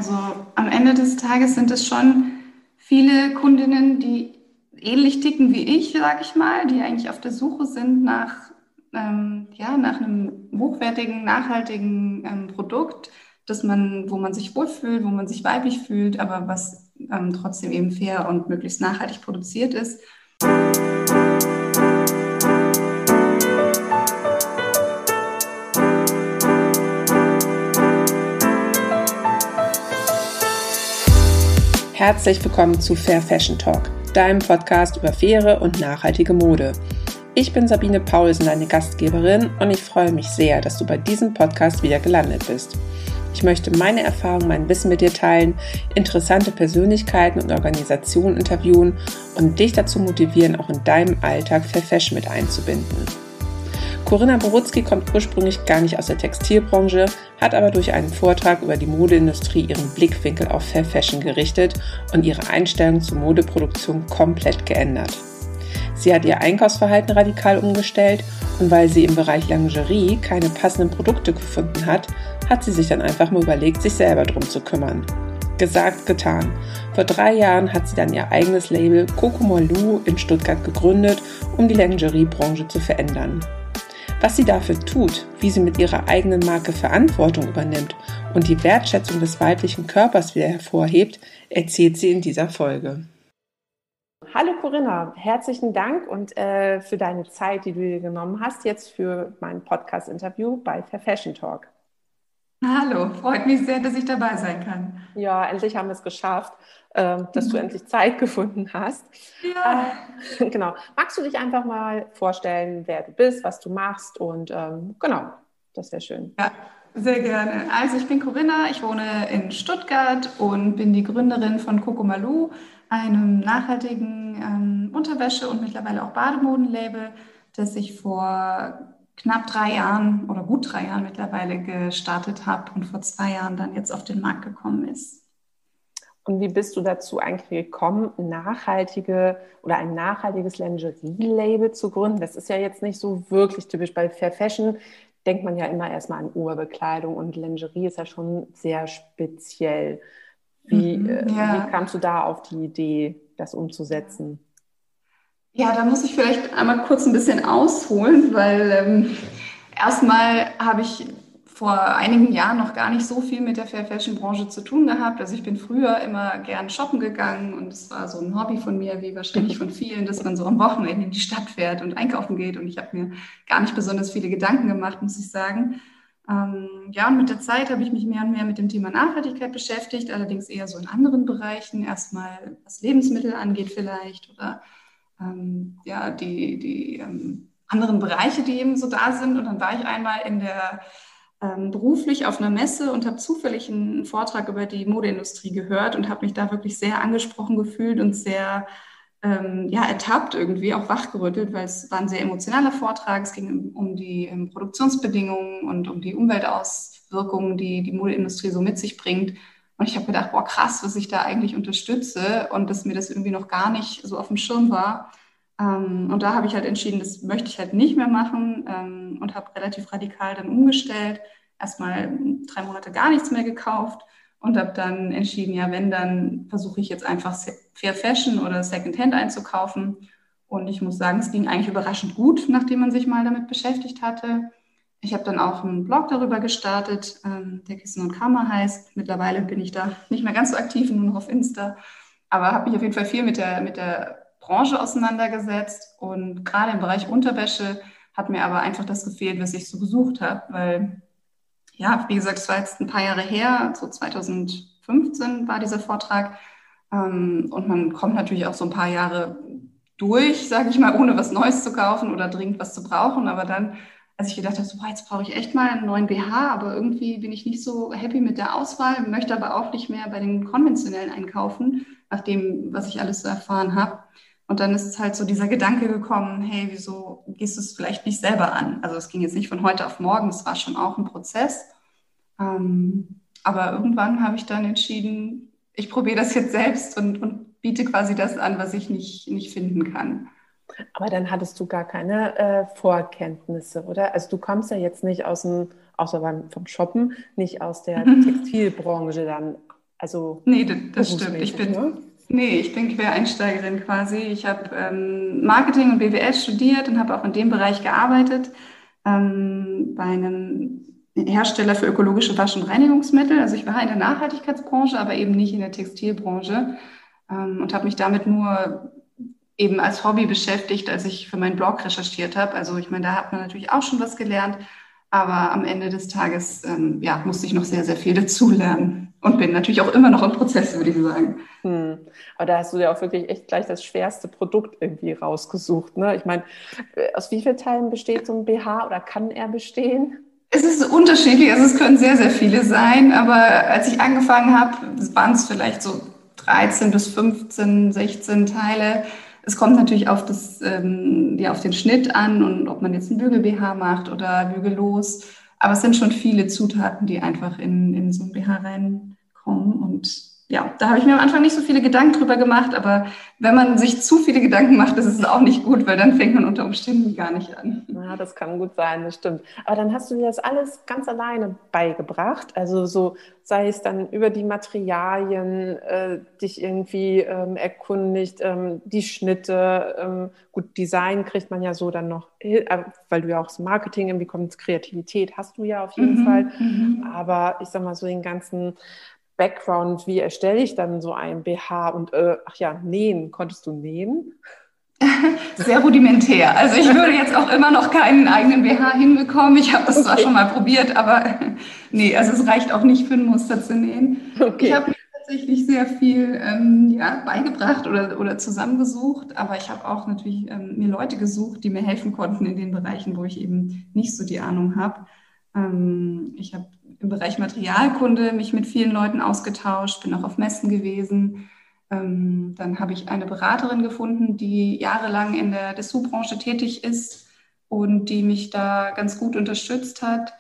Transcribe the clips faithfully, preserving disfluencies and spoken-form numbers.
Also am Ende des Tages sind es schon viele Kundinnen, die ähnlich ticken wie ich, sage ich mal, die eigentlich auf der Suche sind nach, ähm, ja, nach einem hochwertigen, nachhaltigen ähm, Produkt, das man, wo man sich wohlfühlt, wo man sich weiblich fühlt, aber was ähm, trotzdem eben fair und möglichst nachhaltig produziert ist. Herzlich willkommen zu Fair Fashion Talk, deinem Podcast über faire und nachhaltige Mode. Ich bin Sabine Paulsen, deine Gastgeberin, und ich freue mich sehr, dass du bei diesem Podcast wieder gelandet bist. Ich möchte meine Erfahrungen, mein Wissen mit dir teilen, interessante Persönlichkeiten und Organisationen interviewen und dich dazu motivieren, auch in deinem Alltag Fair Fashion mit einzubinden. Corinna Borutzki kommt ursprünglich gar nicht aus der Textilbranche, hat aber durch einen Vortrag über die Modeindustrie ihren Blickwinkel auf Fair Fashion gerichtet und ihre Einstellung zur Modeproduktion komplett geändert. Sie hat ihr Einkaufsverhalten radikal umgestellt und weil sie im Bereich Lingerie keine passenden Produkte gefunden hat, hat sie sich dann einfach mal überlegt, sich selber drum zu kümmern. Gesagt, getan. Vor drei Jahren hat sie dann ihr eigenes Label Cocomalou in Stuttgart gegründet, um die Lingeriebranche zu verändern. Was sie dafür tut, wie sie mit ihrer eigenen Marke Verantwortung übernimmt und die Wertschätzung des weiblichen Körpers wieder hervorhebt, erzählt sie in dieser Folge. Hallo Corinna, herzlichen Dank und äh, für deine Zeit, die du dir genommen hast, jetzt für mein Podcast-Interview bei Fair Fashion Talk. Hallo, freut mich sehr, dass ich dabei sein kann. Ja, endlich haben wir es geschafft, äh, dass du endlich Zeit gefunden hast. Ja. Äh, genau. Magst du dich einfach mal vorstellen, wer du bist, was du machst und ähm, genau, das wäre schön. Ja, sehr gerne. Also ich bin Corinna, ich wohne in Stuttgart und bin die Gründerin von Cocomalou, einem nachhaltigen ähm, Unterwäsche- und mittlerweile auch Bademodenlabel, das ich vor knapp drei Jahren oder gut drei Jahren mittlerweile gestartet habe und vor zwei Jahren dann jetzt auf den Markt gekommen ist. Und wie bist du dazu eigentlich gekommen, nachhaltige oder ein nachhaltiges Lingerie-Label zu gründen? Das ist ja jetzt nicht so wirklich typisch. Bei Fair Fashion denkt man ja immer erstmal an Oberbekleidung und Lingerie ist ja schon sehr speziell. Wie, Mhm, äh, ja. wie kamst du da auf die Idee, das umzusetzen? Ja, da muss ich vielleicht einmal kurz ein bisschen ausholen, weil ähm, erstmal habe ich vor einigen Jahren noch gar nicht so viel mit der Fair Fashion Branche zu tun gehabt. Also ich bin früher immer gern shoppen gegangen und es war so ein Hobby von mir, wie wahrscheinlich von vielen, dass man so am Wochenende in die Stadt fährt und einkaufen geht. Und ich habe mir gar nicht besonders viele Gedanken gemacht, muss ich sagen. Ähm, ja, und mit der Zeit habe ich mich mehr und mehr mit dem Thema Nachhaltigkeit beschäftigt, allerdings eher so in anderen Bereichen. Erstmal was Lebensmittel angeht vielleicht oder ähm, ja, die, die ähm, anderen Bereiche, die eben so da sind. Und dann war ich einmal in der ähm, beruflich auf einer Messe und habe zufällig einen Vortrag über die Modeindustrie gehört und habe mich da wirklich sehr angesprochen gefühlt und sehr ähm, ja, ertappt irgendwie, auch wachgerüttelt, weil es war ein sehr emotionaler Vortrag. Es ging um, um die ähm, Produktionsbedingungen und um die Umweltauswirkungen, die die Modeindustrie so mit sich bringt. Und ich habe gedacht, boah, krass, was ich da eigentlich unterstütze und dass mir das irgendwie noch gar nicht so auf dem Schirm war. Ähm, und da habe ich halt entschieden, das möchte ich halt nicht mehr machen ähm, und habe relativ radikal dann umgestellt. Erstmal drei Monate gar nichts mehr gekauft und habe dann entschieden, ja, wenn, dann versuche ich jetzt einfach Fair Fashion oder Secondhand einzukaufen. Und ich muss sagen, es ging eigentlich überraschend gut, nachdem man sich mal damit beschäftigt hatte. Ich habe dann auch einen Blog darüber gestartet, ähm, der Kissen und Karma heißt. Mittlerweile bin ich da nicht mehr ganz so aktiv, nur noch auf Insta. Aber habe mich auf jeden Fall viel mit der, mit der Branche auseinandergesetzt. Und gerade im Bereich Unterwäsche hat mir aber einfach das gefehlt, was ich so gesucht habe. Weil, ja, wie gesagt, es war jetzt ein paar Jahre her, so zwanzig fünfzehn war dieser Vortrag. Ähm, und man kommt natürlich auch so ein paar Jahre durch, sage ich mal, ohne was Neues zu kaufen oder dringend was zu brauchen. Aber dann, als ich gedacht habe, so, boah, jetzt brauche ich echt mal einen neuen B H, aber irgendwie bin ich nicht so happy mit der Auswahl, möchte aber auch nicht mehr bei den konventionellen einkaufen, nach dem, was ich alles so erfahren habe. Und dann ist es halt so dieser Gedanke gekommen, hey, wieso gehst du es vielleicht nicht selber an? Also es ging jetzt nicht von heute auf morgen, es war schon auch ein Prozess. Ähm, aber irgendwann habe ich dann entschieden, ich probiere das jetzt selbst und, und biete quasi das an, was ich nicht, nicht finden kann. Aber dann hattest du gar keine äh, Vorkenntnisse, oder? Also du kommst ja jetzt nicht aus dem, außer beim, vom Shoppen, nicht aus der Mhm. Textilbranche dann Also Nee, das, das stimmt. Ich berufsmäßig, bin, ne? nee, ich bin Quereinsteigerin quasi. Ich habe ähm, Marketing und B W L studiert und habe auch in dem Bereich gearbeitet, ähm, bei einem Hersteller für ökologische Wasch- und Reinigungsmittel. Also ich war in der Nachhaltigkeitsbranche, aber eben nicht in der Textilbranche, ähm, und habe mich damit nur eben als Hobby beschäftigt, als ich für meinen Blog recherchiert habe. Also ich meine, da hat man natürlich auch schon was gelernt, aber am Ende des Tages ähm, ja, musste ich noch sehr, sehr viel dazulernen und bin natürlich auch immer noch im Prozess, würde ich sagen. Hm. Aber da hast du ja auch wirklich echt gleich das schwerste Produkt irgendwie rausgesucht, ne? Ich meine, äh, aus wie vielen Teilen besteht so ein B H oder kann er bestehen? Es ist unterschiedlich, also es können sehr, sehr viele sein, aber als ich angefangen habe, waren es vielleicht so dreizehn bis fünfzehn, sechzehn Teile. Es kommt natürlich auf das, ähm, ja, auf den Schnitt an und ob man jetzt einen Bügel-B H macht oder bügellos. Aber es sind schon viele Zutaten, die einfach in, in so ein B H reinkommen. Und ja, da habe ich mir am Anfang nicht so viele Gedanken drüber gemacht, aber wenn man sich zu viele Gedanken macht, ist es auch nicht gut, weil dann fängt man unter Umständen gar nicht an. Ja, das kann gut sein, das stimmt. Aber dann hast du dir das alles ganz alleine beigebracht. Also so sei es dann über die Materialien, äh, dich irgendwie ähm, erkundigt, ähm, die Schnitte. Ähm, gut, Design kriegt man ja so dann noch, hin, äh, weil du ja auch das Marketing irgendwie kommst, Kreativität hast du ja auf jeden Fall. Mhm, mhm. Aber ich sag mal so den ganzen Background, wie erstelle ich dann so ein B H und äh, ach ja, nähen, konntest du nähen? Sehr rudimentär. Also ich würde jetzt auch immer noch keinen eigenen B H hinbekommen. Ich habe das zwar schon Okay, mal probiert, aber nee, also es reicht auch nicht für ein Muster zu nähen. Ich okay. habe mir tatsächlich sehr viel ähm, ja, beigebracht oder, oder zusammengesucht, aber ich habe auch natürlich ähm, mir Leute gesucht, die mir helfen konnten in den Bereichen, wo ich eben nicht so die Ahnung habe. Ähm, ich habe im Bereich Materialkunde mich mit vielen Leuten ausgetauscht, bin auch auf Messen gewesen. Ähm, dann habe ich eine Beraterin gefunden, die jahrelang in der Dessous-Branche tätig ist und die mich da ganz gut unterstützt hat,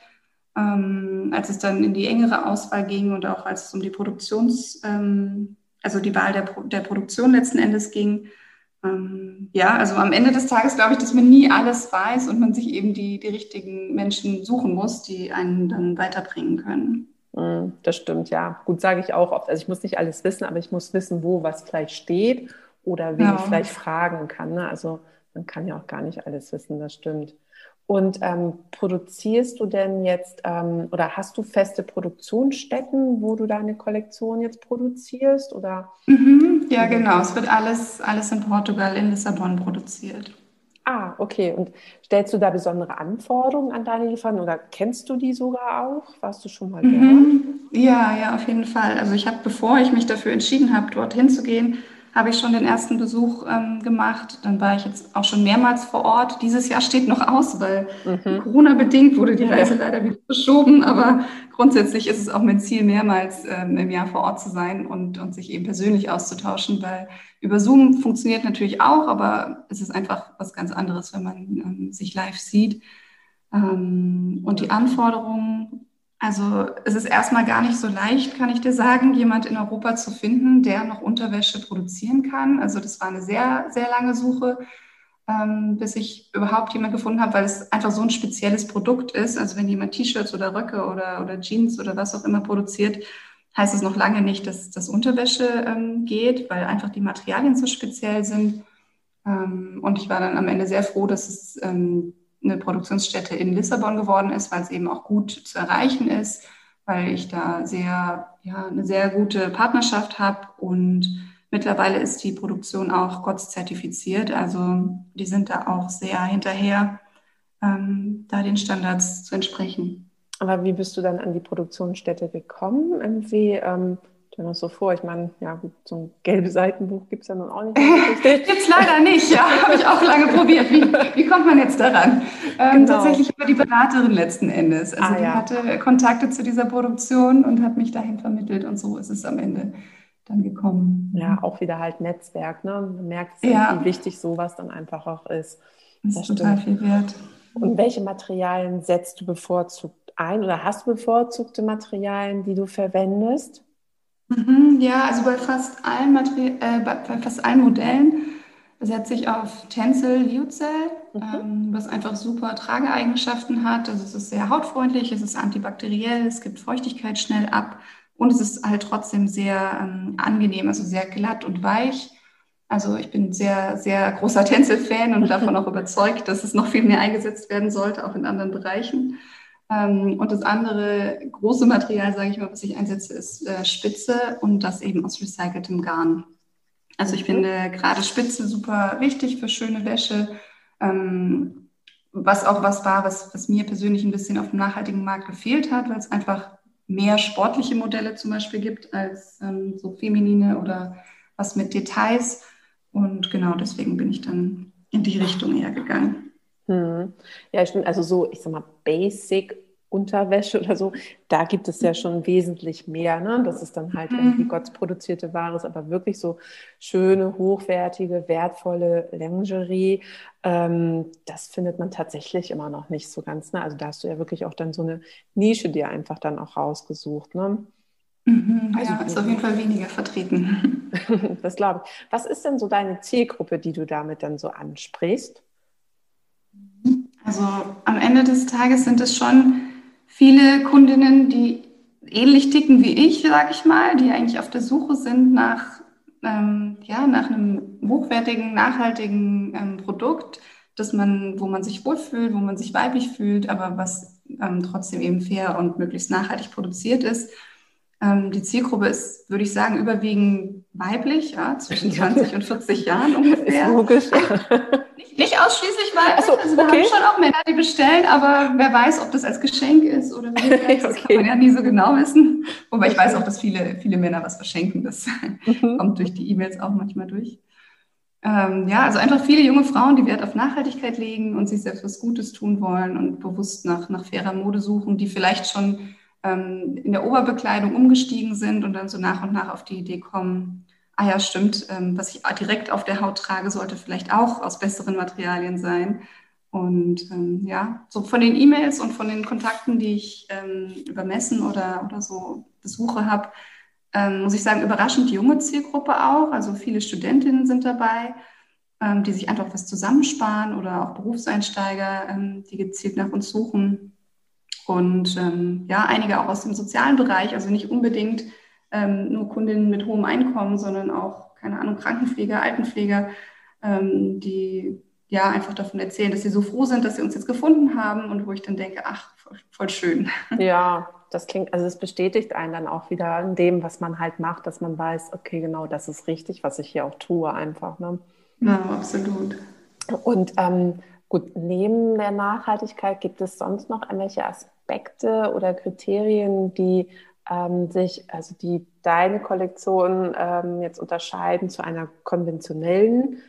ähm, als es dann in die engere Auswahl ging und auch als es um die Produktions, ähm, also die Wahl der, Pro der Produktion letzten Endes ging. Ähm, ja, also am Ende des Tages glaube ich, dass man nie alles weiß und man sich eben die, die richtigen Menschen suchen muss, die einen dann weiterbringen können. Mm, das stimmt, ja. Gut, sage ich auch oft. Also ich muss nicht alles wissen, aber ich muss wissen, wo was vielleicht steht oder wen ich Ja. vielleicht fragen kann. Ne? Also man kann ja auch gar nicht alles wissen, das stimmt. Und ähm, produzierst du denn jetzt ähm, oder hast du feste Produktionsstätten, wo du deine Kollektion jetzt produzierst? Oder Mhm, ja, wie läuft genau. das Es wird ab? alles, alles in Portugal, in Lissabon produziert. Ah, okay. Und stellst du da besondere Anforderungen an deine Lieferanten oder kennst du die sogar auch? Warst du schon mal dort? Mhm. Ja, ja, auf jeden Fall. Also ich habe, bevor ich mich dafür entschieden habe, dorthin zu gehen, habe ich schon den ersten Besuch ähm, gemacht. Dann war ich jetzt auch schon mehrmals vor Ort. Dieses Jahr steht noch aus, weil Mhm. Corona-bedingt wurde die Ja, Reise ja. leider wieder verschoben. Aber grundsätzlich ist es auch mein Ziel, mehrmals ähm, im Jahr vor Ort zu sein und, und sich eben persönlich auszutauschen, weil über Zoom funktioniert natürlich auch, aber es ist einfach was ganz anderes, wenn man ähm, sich live sieht. Ähm, und die Okay. Anforderungen, also es ist erstmal gar nicht so leicht, kann ich dir sagen, jemand in Europa zu finden, der noch Unterwäsche produzieren kann. Also das war eine sehr, sehr lange Suche, ähm, bis ich überhaupt jemand gefunden habe, weil es einfach so ein spezielles Produkt ist. Also wenn jemand T-Shirts oder Röcke oder, oder Jeans oder was auch immer produziert, heißt es noch lange nicht, dass das Unterwäsche ähm, geht, weil einfach die Materialien so speziell sind. Ähm, und ich war dann am Ende sehr froh, dass es ähm, eine Produktionsstätte in Lissabon geworden ist, weil es eben auch gut zu erreichen ist, weil ich da sehr, ja, eine sehr gute Partnerschaft habe und mittlerweile ist die Produktion auch G O T S zertifiziert. Also die sind da auch sehr hinterher, ähm, da den Standards zu entsprechen. Aber wie bist du dann an die Produktionsstätte gekommen? Irgendwie, ähm, stell dir das so vor, ich meine, ja gut, so ein gelbes Seitenbuch gibt es ja nun auch nicht mehr so richtig. Jetzt leider nicht, ja, habe ich auch lange probiert. Wie, wie kommt man jetzt daran? Ähm, Genau. tatsächlich über die Beraterin letzten Endes. Also Ah die ja, hatte Kontakte zu dieser Produktion und hat mich dahin vermittelt und so ist es am Ende dann ja, gekommen. auch wieder halt Netzwerk, ne? Man merkt es echt, wie Ja, wichtig sowas dann einfach auch ist. ist Das total stimmt. viel wert. Und welche Materialien setzt du bevorzugt ein oder hast du bevorzugte Materialien, die du verwendest? Mhm, ja, also bei fast allen Materi äh, bei, bei fast allen Modellen setze ich auf Tencel Lyocell, Mhm. ähm, was einfach super Trageeigenschaften hat. Also es ist sehr hautfreundlich, es ist antibakteriell, es gibt Feuchtigkeit schnell ab, Und es ist halt trotzdem sehr ähm, angenehm, also sehr glatt und weich. Also ich bin sehr, sehr großer Tencel-Fan und davon auch überzeugt, dass es noch viel mehr eingesetzt werden sollte, auch in anderen Bereichen. Ähm, und das andere große Material, sage ich mal, was ich einsetze, ist äh, Spitze und das eben aus recyceltem Garn. Also ich finde gerade Spitze super wichtig für schöne Wäsche, ähm, was auch was war, was, was mir persönlich ein bisschen auf dem nachhaltigen Markt gefehlt hat, weil es einfach mehr sportliche Modelle zum Beispiel gibt als ähm, so feminine oder was mit Details. Und genau deswegen bin ich dann in die Richtung eher gegangen. Hm. Ja, stimmt. Also so, ich sag mal, Basic-Unterwäsche oder so, da gibt es ja schon wesentlich mehr, ne? Das ist dann halt irgendwie Mhm. gottproduzierte Ware, ist aber wirklich so schöne, hochwertige, wertvolle Lingerie. Ähm, das findet man tatsächlich immer noch nicht so ganz, ne? Also da hast du ja wirklich auch dann so eine Nische dir einfach dann auch rausgesucht, ne? Mhm, Also ja, ist auf jeden Fall weniger vertreten. das glaube ich. Was ist denn so deine Zielgruppe, die du damit dann so ansprichst? Also am Ende des Tages sind es schon viele Kundinnen, die ähnlich ticken wie ich, sage ich mal, die eigentlich auf der Suche sind nach, ähm, ja, nach einem hochwertigen, nachhaltigen ähm, Produkt, dass man, wo man sich wohlfühlt, wo man sich weiblich fühlt, aber was ähm, trotzdem eben fair und möglichst nachhaltig produziert ist. Ähm, die Zielgruppe ist, würde ich sagen, überwiegend weiblich, ja, zwischen Ja, zwanzig und vierzig Jahren ist ungefähr. logisch. Nicht, nicht ausschließlich Ach weiblich, so, also wir haben okay. schon auch Männer, die bestellen, aber wer weiß, ob das als Geschenk ist oder wie du sagst, das kann man Okay. ja nie so genau wissen. Wobei ich weiß auch, Okay. dass viele, viele Männer was verschenken, das Mhm. kommt durch die E-Mails auch manchmal durch. Ähm, ja, also einfach viele junge Frauen, die Wert auf Nachhaltigkeit legen und sich selbst was Gutes tun wollen und bewusst nach, nach fairer Mode suchen, die vielleicht schon ähm, in der Oberbekleidung umgestiegen sind und dann so nach und nach auf die Idee kommen, ah ja, stimmt, ähm, was ich direkt auf der Haut trage, sollte vielleicht auch aus besseren Materialien sein. Und ähm, ja, so von den E-Mails und von den Kontakten, die ich ähm, über Messen oder, oder so besuche habe, ähm, muss ich sagen, überraschend junge Zielgruppe auch. Also viele Studentinnen sind dabei, ähm, die sich einfach was zusammensparen oder auch Berufseinsteiger, ähm, die gezielt nach uns suchen. Und ähm, ja, einige auch aus dem sozialen Bereich, also nicht unbedingt ähm, nur Kundinnen mit hohem Einkommen, sondern auch, keine Ahnung, Krankenpfleger, Altenpfleger, ähm, die ja einfach davon erzählen, dass sie so froh sind, dass sie uns jetzt gefunden haben und wo ich dann denke, ach, voll, voll schön. Ja, das klingt, also es bestätigt einen dann auch wieder in dem, was man halt macht, dass man weiß, okay, genau, das ist richtig, was ich hier auch tue einfach, ne? Ja, absolut. Und ähm, gut, neben der Nachhaltigkeit gibt es sonst noch irgendwelche Aspekte oder Kriterien, die ähm, sich, also die deine Kollektion ähm, jetzt unterscheiden zu einer konventionellen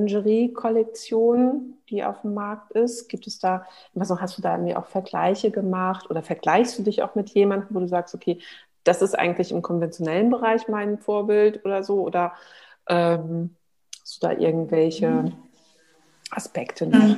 Lingerie-Kollektion, die auf dem Markt ist? Gibt es da, was noch, hast du da irgendwie auch Vergleiche gemacht oder vergleichst du dich auch mit jemandem, wo du sagst, okay, das ist eigentlich im konventionellen Bereich mein Vorbild oder so? Oder ähm, hast du da irgendwelche Aspekte noch?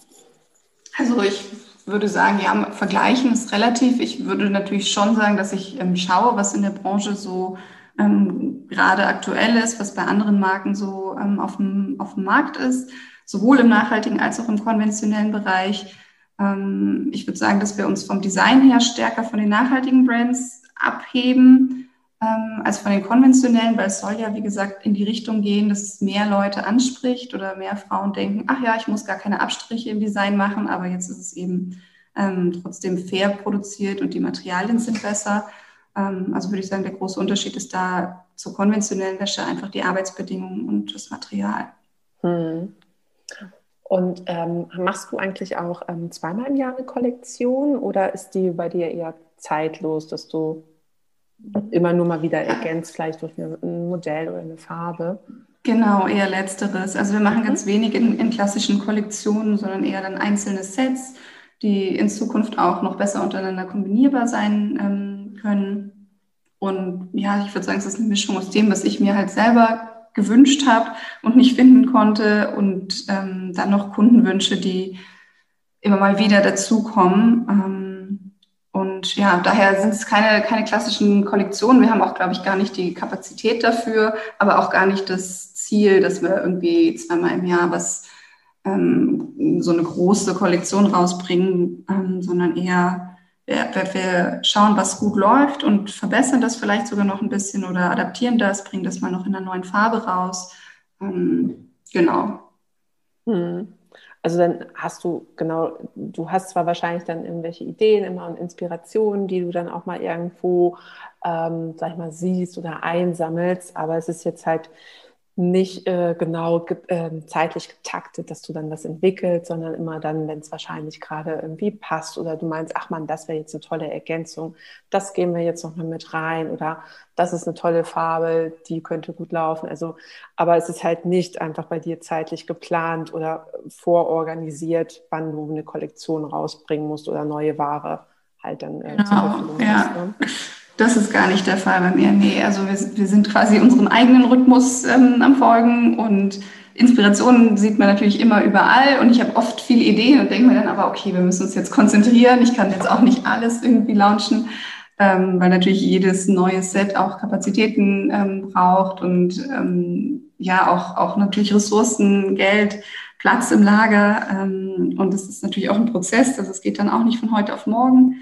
Also ich würde sagen, ja, vergleichen ist relativ. Ich würde natürlich schon sagen, dass ich ähm, schaue, was in der Branche so ähm, gerade aktuell ist, was bei anderen Marken so ähm, auf dem, auf dem Markt ist, sowohl im nachhaltigen als auch im konventionellen Bereich. Ähm, ich würde sagen, dass wir uns vom Design her stärker von den nachhaltigen Brands abheben ähm, als von den konventionellen, weil es soll ja, wie gesagt, in die Richtung gehen, dass es mehr Leute anspricht oder mehr Frauen denken, ach ja, ich muss gar keine Abstriche im Design machen, aber jetzt ist es eben ähm, trotzdem fair produziert und die Materialien sind besser. Ähm, also würde ich sagen, der große Unterschied ist da zur konventionellen Wäsche einfach die Arbeitsbedingungen und das Material. Hm. Und ähm, machst du eigentlich auch ähm, zweimal im Jahr eine Kollektion oder ist die bei dir eher zeitlos, dass du immer nur mal wieder ergänzt, vielleicht durch eine, ein Modell oder eine Farbe? Genau, eher letzteres. Also wir machen Mhm. ganz wenig in, in klassischen Kollektionen, sondern eher dann einzelne Sets, die in Zukunft auch noch besser untereinander kombinierbar sein ähm, können. Und ja, ich würde sagen, es ist eine Mischung aus dem, was ich mir halt selber gewünscht habe und nicht finden konnte und ähm, dann noch Kundenwünsche, die immer mal wieder dazukommen. Ähm, und ja, daher sind es keine, keine klassischen Kollektionen. Wir haben auch, glaube ich, gar nicht die Kapazität dafür, aber auch gar nicht das Ziel, dass wir irgendwie zweimal im Jahr was, ähm, so eine große Kollektion rausbringen, ähm, sondern eher wir, wir schauen, was gut läuft und verbessern das vielleicht sogar noch ein bisschen oder adaptieren das, bringen das mal noch in einer neuen Farbe raus. Ähm, genau. Hm. Also dann hast du, genau, du hast zwar wahrscheinlich dann irgendwelche Ideen immer und Inspirationen, die du dann auch mal irgendwo, ähm, sag ich mal, siehst oder einsammelst, aber es ist jetzt halt nicht äh, genau ge äh, zeitlich getaktet, dass du dann was entwickelst, sondern immer dann, wenn es wahrscheinlich gerade irgendwie passt oder du meinst, ach man, das wäre jetzt eine tolle Ergänzung, das geben wir jetzt noch mal mit rein oder das ist eine tolle Farbe, die könnte gut laufen. Also, aber es ist halt nicht einfach bei dir zeitlich geplant oder vororganisiert, wann du eine Kollektion rausbringen musst oder neue Ware halt dann äh, zur Genau, Verfügung hast. ja. Ne? Das ist gar nicht der Fall bei mir. Nee, also wir, wir sind quasi unserem eigenen Rhythmus ähm, am Folgen und Inspirationen sieht man natürlich immer überall und ich habe oft viele Ideen und denke mir dann aber, okay, wir müssen uns jetzt konzentrieren. Ich kann jetzt auch nicht alles irgendwie launchen, ähm, weil natürlich jedes neue Set auch Kapazitäten ähm, braucht und ähm, ja auch, auch natürlich Ressourcen, Geld, Platz im Lager. Ähm, und das ist natürlich auch ein Prozess. Also es geht dann auch nicht von heute auf morgen.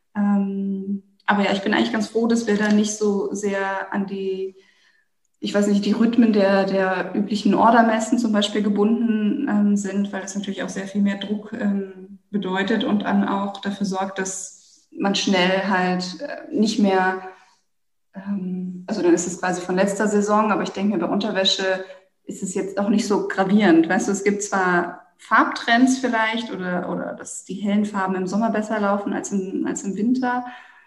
Ähm, aber ja, ich bin eigentlich ganz froh, dass wir da nicht so sehr an die, ich weiß nicht, die Rhythmen der, der üblichen Ordermessen zum Beispiel gebunden ähm, sind, weil das natürlich auch sehr viel mehr Druck ähm, bedeutet und dann auch dafür sorgt, dass man schnell halt äh, nicht mehr, ähm, also dann ist es quasi von letzter Saison, aber ich denke mir, bei Unterwäsche ist es jetzt auch nicht so gravierend. Weißt du, es gibt zwar Farbtrends vielleicht oder, oder dass die hellen Farben im Sommer besser laufen als im, als im Winter.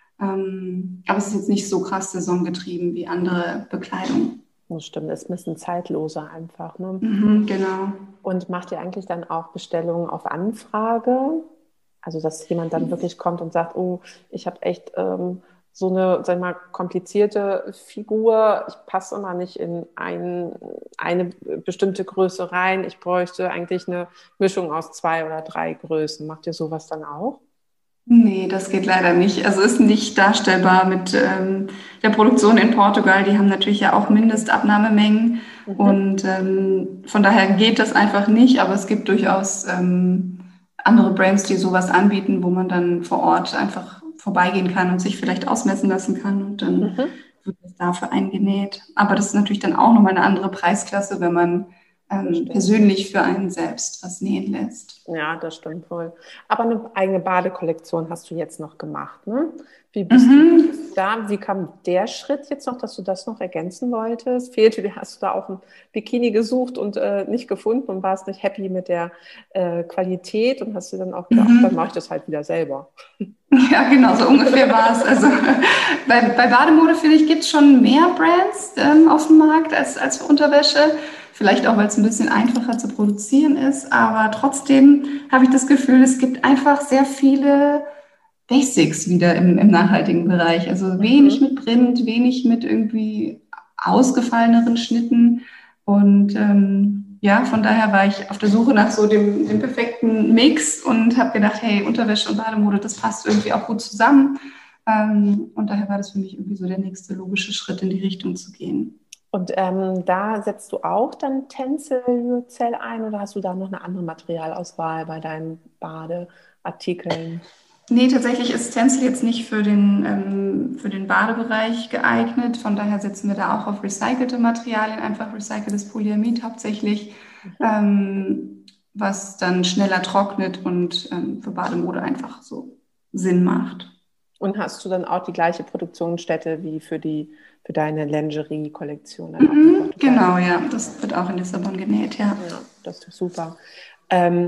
Ähm, aber es ist jetzt nicht so krass saisongetrieben wie andere Bekleidung. Das stimmt, ist ein bisschen zeitloser einfach, ne? Mhm, genau. Und macht ihr eigentlich dann auch Bestellungen auf Anfrage? Also, dass jemand dann wirklich kommt und sagt, oh, ich habe echt ähm, so eine, sag ich mal, komplizierte Figur. Ich passe immer nicht in ein, eine bestimmte Größe rein. Ich bräuchte eigentlich eine Mischung aus zwei oder drei Größen. Macht ihr sowas dann auch? Nee, das geht leider nicht. Also ist nicht darstellbar mit ähm, der Produktion in Portugal. Die haben natürlich ja auch Mindestabnahmemengen Mhm. und ähm, von daher geht das einfach nicht. Aber es gibt durchaus ähm, andere Brands, die sowas anbieten, wo man dann vor Ort einfach vorbeigehen kann und sich vielleicht ausmessen lassen kann und dann Mhm. wird das dafür eingenäht. Aber das ist natürlich dann auch nochmal eine andere Preisklasse, wenn man Das ähm, stimmt. persönlich für einen selbst was nähen lässt. Ja, das stimmt wohl. Aber eine eigene Badekollektion hast du jetzt noch gemacht, ne? Wie bist du, wie Mhm. bist du da? Wie kam der Schritt jetzt noch, dass du das noch ergänzen wolltest? Fehlte, hast du da auch ein Bikini gesucht und äh, nicht gefunden und warst nicht happy mit der äh, Qualität und hast du dann auch gedacht, ach, dann mache ich Mhm. das halt wieder selber. Ja, genau, so ungefähr war es. Also bei, bei Bademode, finde ich, gibt es schon mehr Brands ähm, auf dem Markt als, als für Unterwäsche. Vielleicht auch, weil es ein bisschen einfacher zu produzieren ist. Aber trotzdem habe ich das Gefühl, es gibt einfach sehr viele Basics wieder im, im nachhaltigen Bereich. Also wenig Mhm. mit Print, wenig mit irgendwie ausgefalleneren Schnitten. Und ähm, ja, von daher war ich auf der Suche nach so dem, dem perfekten Mix und habe gedacht, hey, Unterwäsche und Bademode, das passt irgendwie auch gut zusammen. Ähm, und daher war das für mich irgendwie so der nächste logische Schritt in die Richtung zu gehen. Und ähm, da setzt du auch dann Tencel-Lyocell ein oder hast du da noch eine andere Materialauswahl bei deinen Badeartikeln? Nee, tatsächlich ist Stencil jetzt nicht für den, ähm, für den Badebereich geeignet. Von daher setzen wir da auch auf recycelte Materialien, einfach recyceltes Polyamid hauptsächlich, Mhm. ähm, was dann schneller trocknet und ähm, für Bademode einfach so Sinn macht. Und hast du dann auch die gleiche Produktionsstätte wie für die, für deine Lingerie-Kollektion dann auch in Mhm, Portugal? genau, ja, das wird auch in Lissabon genäht, ja. Ja, das ist doch super. Ähm,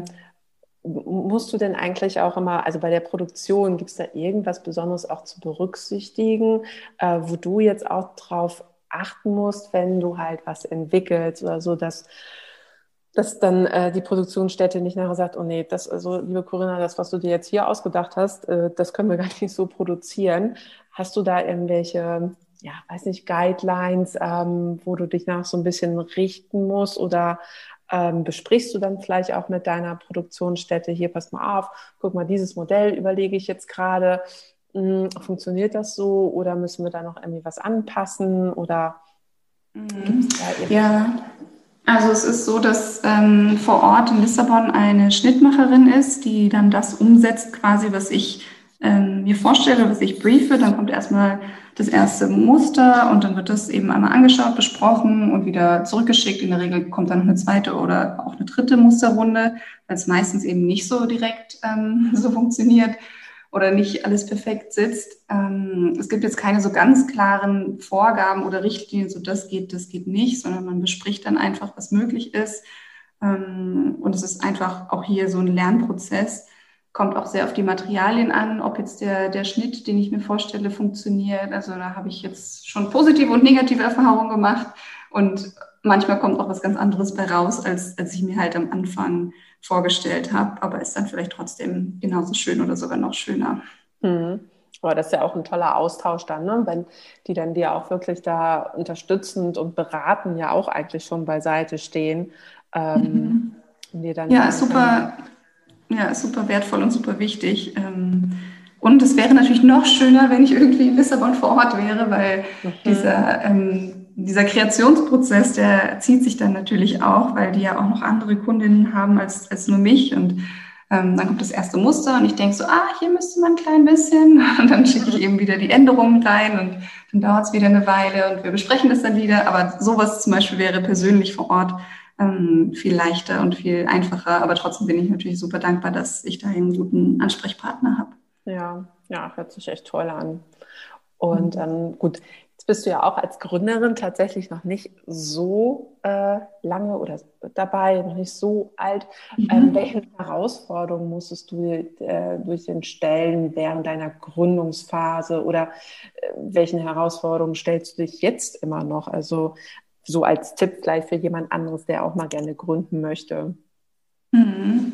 musst du denn eigentlich auch immer, also bei der Produktion, gibt es da irgendwas Besonderes auch zu berücksichtigen, äh, wo du jetzt auch drauf achten musst, wenn du halt was entwickelst oder so, dass, dass dann äh, die Produktionsstätte nicht nachher sagt, oh nee, das, also liebe Corinna, das, was du dir jetzt hier ausgedacht hast, äh, das können wir gar nicht so produzieren. Hast du da irgendwelche, ja, weiß nicht, Guidelines, ähm, wo du dich nach so ein bisschen richten musst oder ähm, besprichst du dann vielleicht auch mit deiner Produktionsstätte, hier, pass mal auf, guck mal, dieses Modell überlege ich jetzt gerade, mh, funktioniert das so oder müssen wir da noch irgendwie was anpassen oder gibt Mhm. es da irgendwelche? Ja, also es ist so, dass ähm, vor Ort in Lissabon eine Schnittmacherin ist, die dann das umsetzt, quasi, was ich ähm, mir vorstelle, was ich briefe, dann kommt erstmal das erste Muster und dann wird das eben einmal angeschaut, besprochen und wieder zurückgeschickt. In der Regel kommt dann noch eine zweite oder auch eine dritte Musterrunde, weil es meistens eben nicht so direkt ähm, so funktioniert oder nicht alles perfekt sitzt. Ähm, es gibt jetzt keine so ganz klaren Vorgaben oder Richtlinien, so das geht, das geht nicht, sondern man bespricht dann einfach, was möglich ist. Ähm, und es ist einfach auch hier so ein Lernprozess. Kommt auch sehr auf die Materialien an, ob jetzt der, der Schnitt, den ich mir vorstelle, funktioniert. Also da habe ich jetzt schon positive und negative Erfahrungen gemacht. Und manchmal kommt auch was ganz anderes bei raus, als, als ich mir halt am Anfang vorgestellt habe. Aber ist dann vielleicht trotzdem genauso schön oder sogar noch schöner. Mhm. Aber das ist ja auch ein toller Austausch dann, ne? Wenn die dann dir auch wirklich da unterstützend und beraten ja auch eigentlich schon beiseite stehen. Ähm, Mhm. und dir dann Ja, ist sagen können, super, ja, ist super wertvoll und super wichtig. Ähm, Und es wäre natürlich noch schöner, wenn ich irgendwie in Lissabon vor Ort wäre, weil mhm. dieser, ähm, dieser Kreationsprozess, der zieht sich dann natürlich auch, weil die ja auch noch andere Kundinnen haben als, als nur mich. Und ähm, dann kommt das erste Muster und ich denke so, ah, hier müsste man ein klein bisschen. Und dann schicke ich eben wieder die Änderungen rein und dann dauert es wieder eine Weile und wir besprechen das dann wieder. Aber sowas zum Beispiel wäre persönlich vor Ort ähm, viel leichter und viel einfacher. Aber trotzdem bin ich natürlich super dankbar, dass ich da einen guten Ansprechpartner habe. Ja, ja, hört sich echt toll an. Und ähm, gut, jetzt bist du ja auch als Gründerin tatsächlich noch nicht so äh, lange oder dabei, noch nicht so alt. Ähm, Mhm. welchen Herausforderungen musstest du äh, durch den Stellen während deiner Gründungsphase oder äh, welchen Herausforderungen stellst du dich jetzt immer noch? Also so als Tipp gleich für jemand anderes, der auch mal gerne gründen möchte. Mhm.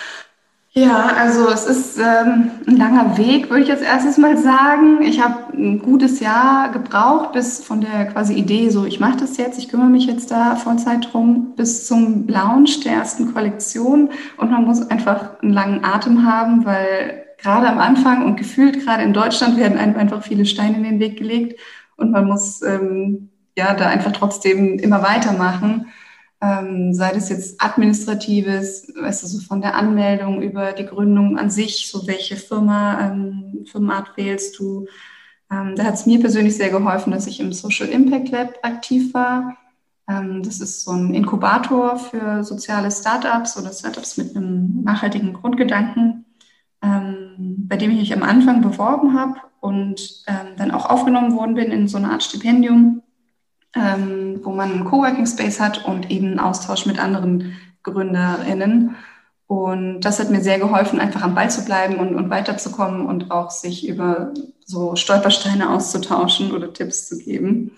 Ja, also es ist ähm, ein langer Weg, würde ich jetzt erstes mal sagen. Ich habe ein gutes Jahr gebraucht, bis von der quasi Idee, so ich mache das jetzt, ich kümmere mich jetzt da Vollzeit drum, bis zum Launch der ersten Kollektion. Und man muss einfach einen langen Atem haben, weil gerade am Anfang und gefühlt gerade in Deutschland werden einem einfach viele Steine in den Weg gelegt und man muss ähm, ja da einfach trotzdem immer weitermachen. Ähm, sei das jetzt administratives, weißt du, so von der Anmeldung über die Gründung an sich, so welche Firma, ähm, Firmenart wählst du. Ähm, da hat es mir persönlich sehr geholfen, dass ich im Social Impact Lab aktiv war. Ähm, das ist so ein Inkubator für soziale Startups oder Startups mit einem nachhaltigen Grundgedanken, ähm, bei dem ich mich am Anfang beworben habe und ähm, dann auch aufgenommen worden bin in so eine Art Stipendium, ähm, wo man einen Coworking Space hat und eben einen Austausch mit anderen GründerInnen. Und das hat mir sehr geholfen, einfach am Ball zu bleiben und, und weiterzukommen und auch sich über so Stolpersteine auszutauschen oder Tipps zu geben.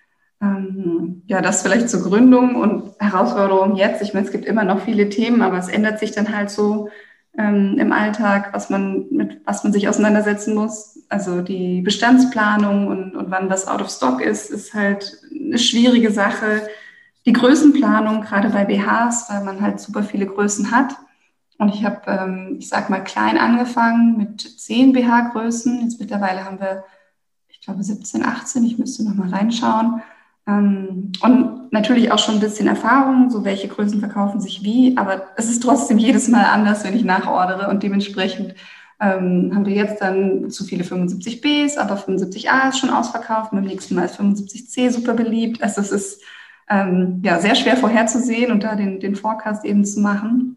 Ähm, ja, das vielleicht zur Gründung und Herausforderungen jetzt. Ich meine, es gibt immer noch viele Themen, aber es ändert sich dann halt so ähm, im Alltag, was man, mit was man sich auseinandersetzen muss. Also die Bestandsplanung und, und wann was out of stock ist, ist halt eine schwierige Sache. Die Größenplanung, gerade bei B Hs, weil man halt super viele Größen hat. Und ich habe, ähm, ich sag mal, klein angefangen mit zehn B H-Größen. Jetzt mittlerweile haben wir, ich glaube, siebzehn, achtzehn. Ich müsste noch mal reinschauen. Ähm, und natürlich auch schon ein bisschen Erfahrung, so welche Größen verkaufen sich wie. Aber es ist trotzdem jedes Mal anders, wenn ich nachordere. Und dementsprechend ähm, haben wir jetzt dann zu viele fünfundsiebzig Bs, aber fünfundsiebzig A ist schon ausverkauft. Beim nächsten Mal ist fünfundsiebzig C super beliebt. Also es ist ähm, ja sehr schwer vorherzusehen und da den, den Forecast eben zu machen.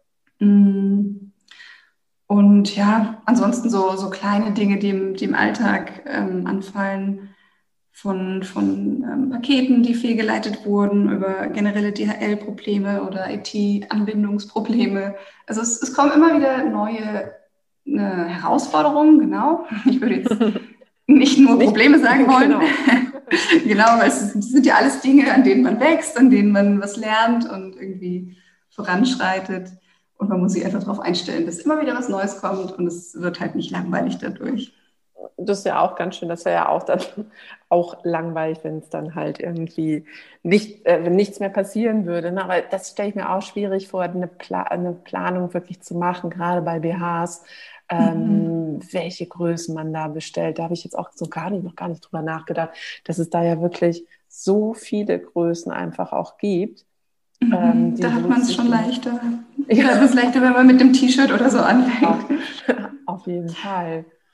Mm. Und ja, ansonsten so, so kleine Dinge, die im, die im Alltag ähm, anfallen, von, von ähm, Paketen, die fehlgeleitet wurden, über generelle D H L-Probleme oder I T-Anbindungsprobleme. Also es, es kommen immer wieder neue äh, Herausforderungen, genau. Ich würde jetzt nicht nur Nicht, Probleme sagen wollen. genau. Genau, weil es sind ja alles Dinge, an denen man wächst, an denen man was lernt und irgendwie voranschreitet. Und man muss sich einfach darauf einstellen, dass immer wieder was Neues kommt und es wird halt nicht langweilig dadurch. Das ist ja auch ganz schön, das wäre ja auch dann auch langweilig, wenn es dann halt irgendwie nicht, äh, wenn nichts mehr passieren würde. Ne? Aber das stelle ich mir auch schwierig vor, eine, Pla eine Planung wirklich zu machen, gerade bei B Hs, Mhm. ähm, welche Größen man da bestellt. Da habe ich jetzt auch so gar nicht, noch gar nicht drüber nachgedacht, dass es da ja wirklich so viele Größen einfach auch gibt, ähm, Mhm. die Da hat man es schon berücksichtigen. leichter. Ja, Da hat man es leichter, wenn man mit dem T-Shirt oder so anfängt. auf jeden Fall.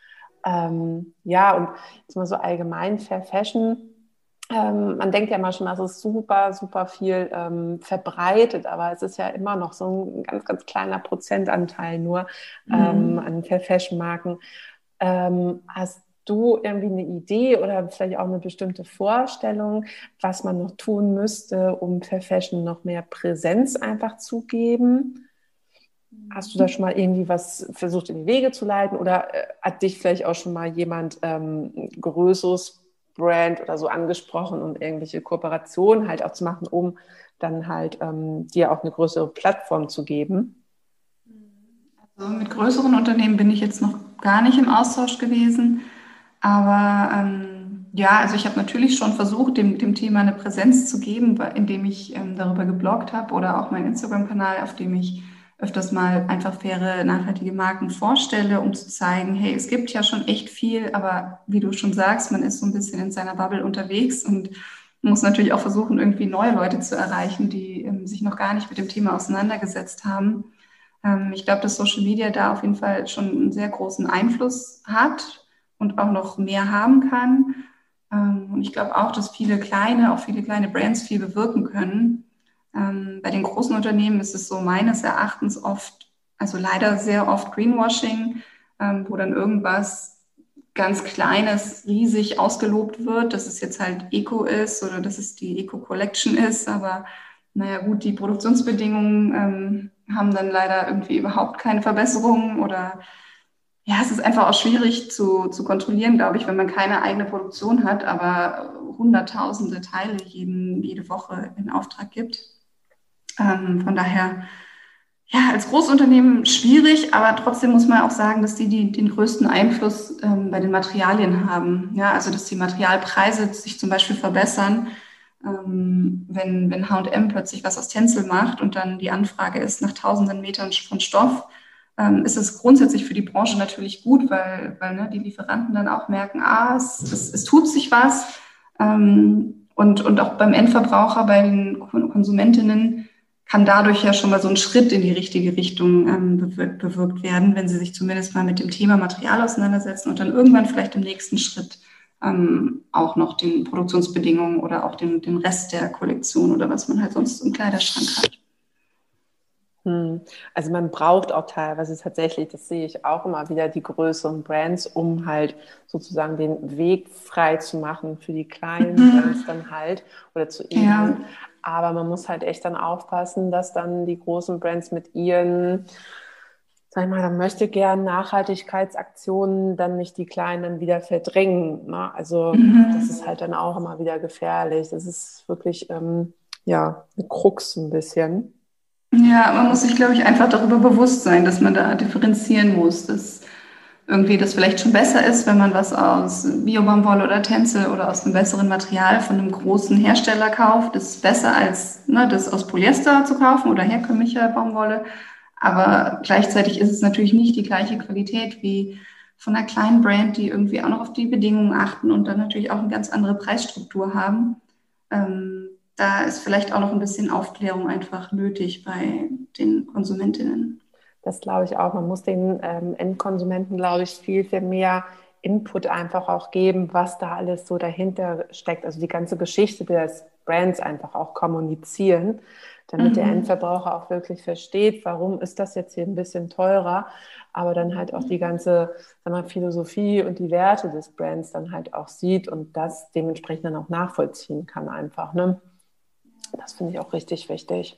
Ähm, ja, und jetzt mal so allgemein Fair Fashion. Ähm, man denkt ja immer schon, das ist super, super viel ähm, verbreitet, aber es ist ja immer noch so ein ganz, ganz kleiner Prozentanteil nur ähm, Mhm. an Fair Fashion Marken. Ähm, hast du irgendwie eine Idee oder vielleicht auch eine bestimmte Vorstellung, was man noch tun müsste, um Fair Fashion noch mehr Präsenz einfach zu geben? Hast du da schon mal irgendwie was versucht in die Wege zu leiten oder äh, hat dich vielleicht auch schon mal jemand ähm, ein größeres Brand oder so angesprochen, um irgendwelche Kooperationen halt auch zu machen, um dann halt ähm, dir auch eine größere Plattform zu geben? Also mit größeren Unternehmen bin ich jetzt noch gar nicht im Austausch gewesen. Aber ähm, ja, also ich habe natürlich schon versucht, dem, dem Thema eine Präsenz zu geben, indem ich ähm, darüber gebloggt habe oder auch meinen Instagram-Kanal, auf dem ich öfters mal einfach faire, nachhaltige Marken vorstelle, um zu zeigen, hey, es gibt ja schon echt viel, aber wie du schon sagst, man ist so ein bisschen in seiner Bubble unterwegs und muss natürlich auch versuchen, irgendwie neue Leute zu erreichen, die ähm, sich noch gar nicht mit dem Thema auseinandergesetzt haben. Ähm, ich glaube, dass Social Media da auf jeden Fall schon einen sehr großen Einfluss hat und auch noch mehr haben kann. Ähm, und ich glaube auch, dass viele kleine, auch viele kleine Brands viel bewirken können. Ähm, bei den großen Unternehmen ist es so meines Erachtens oft, also leider sehr oft Greenwashing, ähm, wo dann irgendwas ganz Kleines riesig ausgelobt wird, dass es jetzt halt Eco ist oder dass es die Eco Collection ist. Aber naja gut, die Produktionsbedingungen ähm, haben dann leider irgendwie überhaupt keine Verbesserungen oder ja, es ist einfach auch schwierig zu, zu kontrollieren, glaube ich, wenn man keine eigene Produktion hat, aber hunderttausende Teile jeden, jede Woche in Auftrag gibt. Ähm, von daher, ja, als Großunternehmen schwierig, aber trotzdem muss man auch sagen, dass die, die den größten Einfluss ähm, bei den Materialien haben. Ja, also dass die Materialpreise sich zum Beispiel verbessern. Ähm, wenn, wenn H und M plötzlich was aus Tencel macht und dann die Anfrage ist nach tausenden Metern von Stoff, ähm, ist es grundsätzlich für die Branche natürlich gut, weil, weil ne, die Lieferanten dann auch merken, ah, es, es, es tut sich was. Ähm, und, und auch beim Endverbraucher, bei den Konsumentinnen, kann dadurch ja schon mal so ein Schritt in die richtige Richtung ähm, bewirkt, bewirkt werden, wenn sie sich zumindest mal mit dem Thema Material auseinandersetzen und dann irgendwann vielleicht im nächsten Schritt ähm, auch noch den Produktionsbedingungen oder auch den, den Rest der Kollektion oder was man halt sonst im Kleiderschrank hat. Hm. Also man braucht auch teilweise tatsächlich, das sehe ich auch immer wieder, die größeren Brands, um halt sozusagen den Weg frei zu machen für die kleinen Brands dann halt oder zu Ja. ebnen. Aber man muss halt echt dann aufpassen, dass dann die großen Brands mit ihren, sag ich mal, dann möchte gern Nachhaltigkeitsaktionen dann nicht die kleinen dann wieder verdrängen. Ne? Also das ist halt dann auch immer wieder gefährlich. Das ist wirklich, ähm, ja, eine Krux ein bisschen. Ja, man muss sich, glaube ich, einfach darüber bewusst sein, dass man da differenzieren muss, dass irgendwie das vielleicht schon besser ist, wenn man was aus Biobaumwolle oder Tencel oder aus einem besseren Material von einem großen Hersteller kauft. Das ist besser als ne, das aus Polyester zu kaufen oder herkömmlicher Baumwolle. Aber gleichzeitig ist es natürlich nicht die gleiche Qualität wie von einer kleinen Brand, die irgendwie auch noch auf die Bedingungen achten und dann natürlich auch eine ganz andere Preisstruktur haben. Ähm, da ist vielleicht auch noch ein bisschen Aufklärung einfach nötig bei den Konsumentinnen. Das glaube ich auch. Man muss den ähm, Endkonsumenten, glaube ich, viel, viel mehr Input einfach auch geben, was da alles so dahinter steckt. Also die ganze Geschichte des Brands einfach auch kommunizieren, damit der Mhm. Endverbraucher auch wirklich versteht, warum ist das jetzt hier ein bisschen teurer, aber dann halt auch die ganze, sag mal, Philosophie und die Werte des Brands dann halt auch sieht und das dementsprechend dann auch nachvollziehen kann einfach. Ne? Das finde ich auch richtig wichtig.